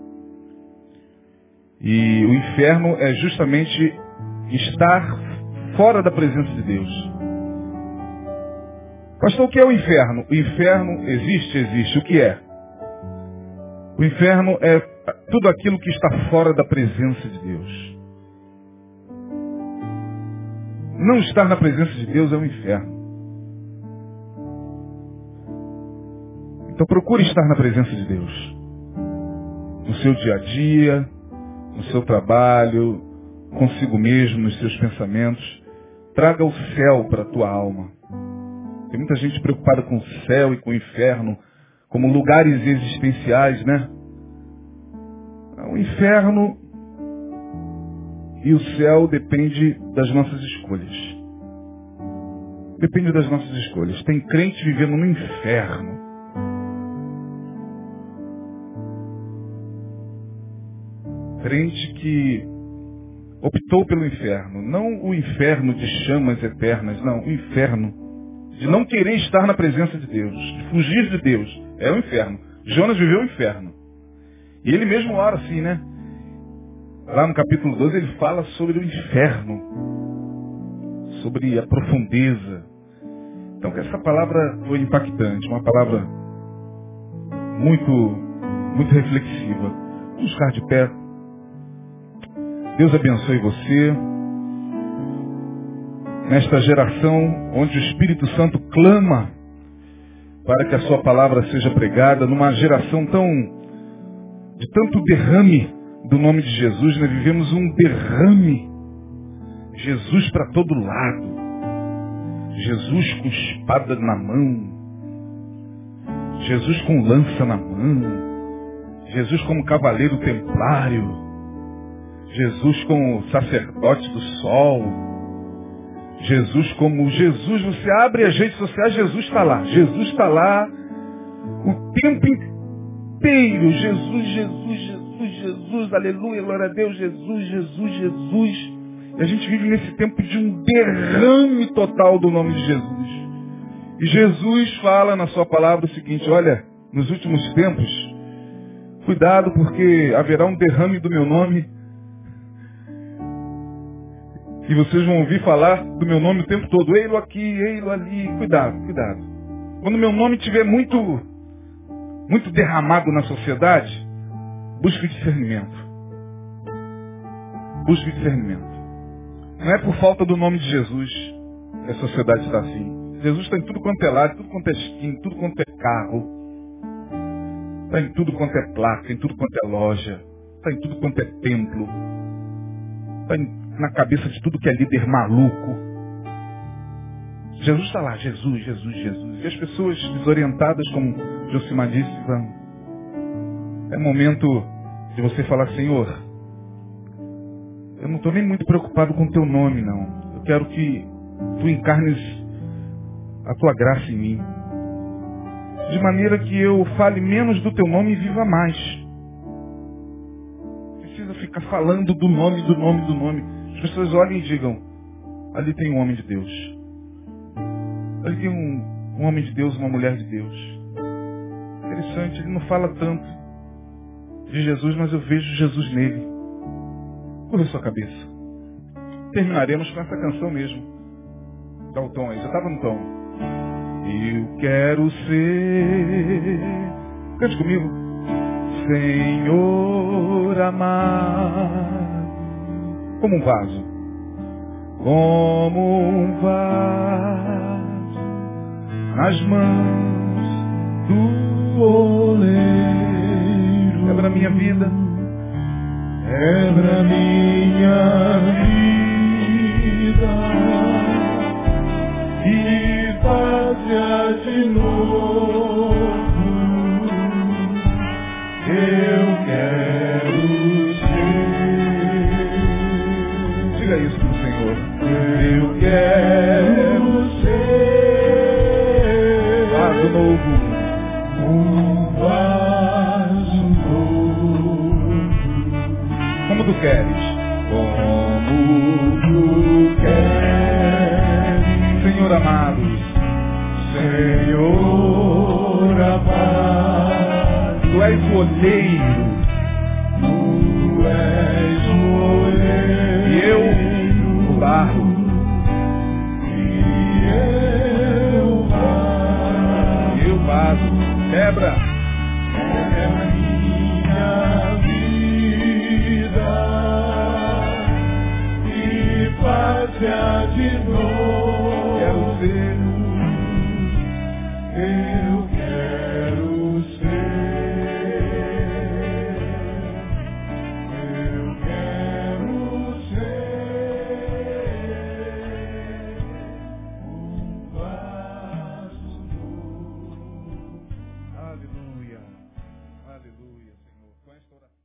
E o inferno é justamente estar fora da presença de Deus. Pastor, o que é o inferno? O inferno existe. O que é? O inferno é tudo aquilo que está fora da presença de Deus. Não estar na presença de Deus é um inferno. Então procure estar na presença de Deus. No seu dia a dia, no seu trabalho, consigo mesmo, nos seus pensamentos. Traga o céu para a tua alma. Tem muita gente preocupada com o céu e com o inferno como lugares existenciais, né? O inferno e o céu depende das nossas escolhas. Depende das nossas escolhas. Tem crente vivendo no inferno. Crente que optou pelo inferno. Não o inferno de chamas eternas, não. O inferno de não querer estar na presença de Deus, de fugir de Deus. É o inferno. Jonas viveu o inferno. E ele mesmo ora assim, né? Lá no capítulo 12 ele fala sobre o inferno. Sobre a profundeza. Então, que essa palavra foi impactante, uma palavra muito reflexiva. Vamos ficar de pé. Deus abençoe você. Nesta geração onde o Espírito Santo clama para que a sua palavra seja pregada, numa geração de tanto derrame do nome de Jesus, nós vivemos um derrame. Jesus para todo lado. Jesus com espada na mão. Jesus com lança na mão. Jesus como cavaleiro templário. Jesus como sacerdote do sol. Jesus como Jesus. Você abre as redes sociais, Jesus está lá. Jesus está lá o tempo inteiro. Jesus, Jesus, Jesus, Jesus. Aleluia, glória a Deus. Jesus, Jesus, Jesus. E a gente vive nesse tempo de um derrame total do nome de Jesus. E Jesus fala na sua palavra o seguinte: olha, nos últimos tempos, cuidado porque haverá um derrame do meu nome. E vocês vão ouvir falar do meu nome o tempo todo. Ei-lo aqui, ei-lo ali. Cuidado, cuidado. Quando meu nome estiver muito derramado na sociedade, busque discernimento. Busque discernimento. Não é por falta do nome de Jesus que a sociedade está assim. Jesus está em tudo quanto é lado, tudo quanto é esquina, tudo quanto é carro. Está em tudo quanto é placa, em tudo quanto é loja. Está em tudo quanto é templo. Está na cabeça de tudo que é líder maluco. Jesus está lá, Jesus, Jesus, Jesus. E as pessoas desorientadas, como Josimar disse, é momento de você falar: Senhor, eu não estou nem muito preocupado com o teu nome, não. Eu quero que tu encarnes a tua graça em mim. De maneira que eu fale menos do teu nome e viva mais. Precisa ficar falando do nome, do nome, do nome. As pessoas olhem e digam: ali tem um homem de Deus. Ali tem um homem de Deus, uma mulher de Deus. Interessante, ele não fala tanto de Jesus, mas eu vejo Jesus nele. Curva sua cabeça. Terminaremos com essa canção mesmo. Dá o tom aí, já estava no tom. Eu quero ser, cante comigo, Senhor amado, como um vaso, nas mãos do oleiro. Quebra a minha vida. Quebra minha vida e faz-a de novo. Eu quero ser. Diga isso pro Senhor. Eu quero ser vaso novo. Vaso novo. Como tu queres? Como tu queres, Senhor amado, Senhor amado, tu és o oleiro, tu és o oleiro, e eu o barro. E eu o vaso. Quebra. Quebra minha vida e faz-a de novo. Quero ser. Eu quero ser. Eu quero ser um vaso novo. Aleluia. Aleluia, Senhor. Com esta oração.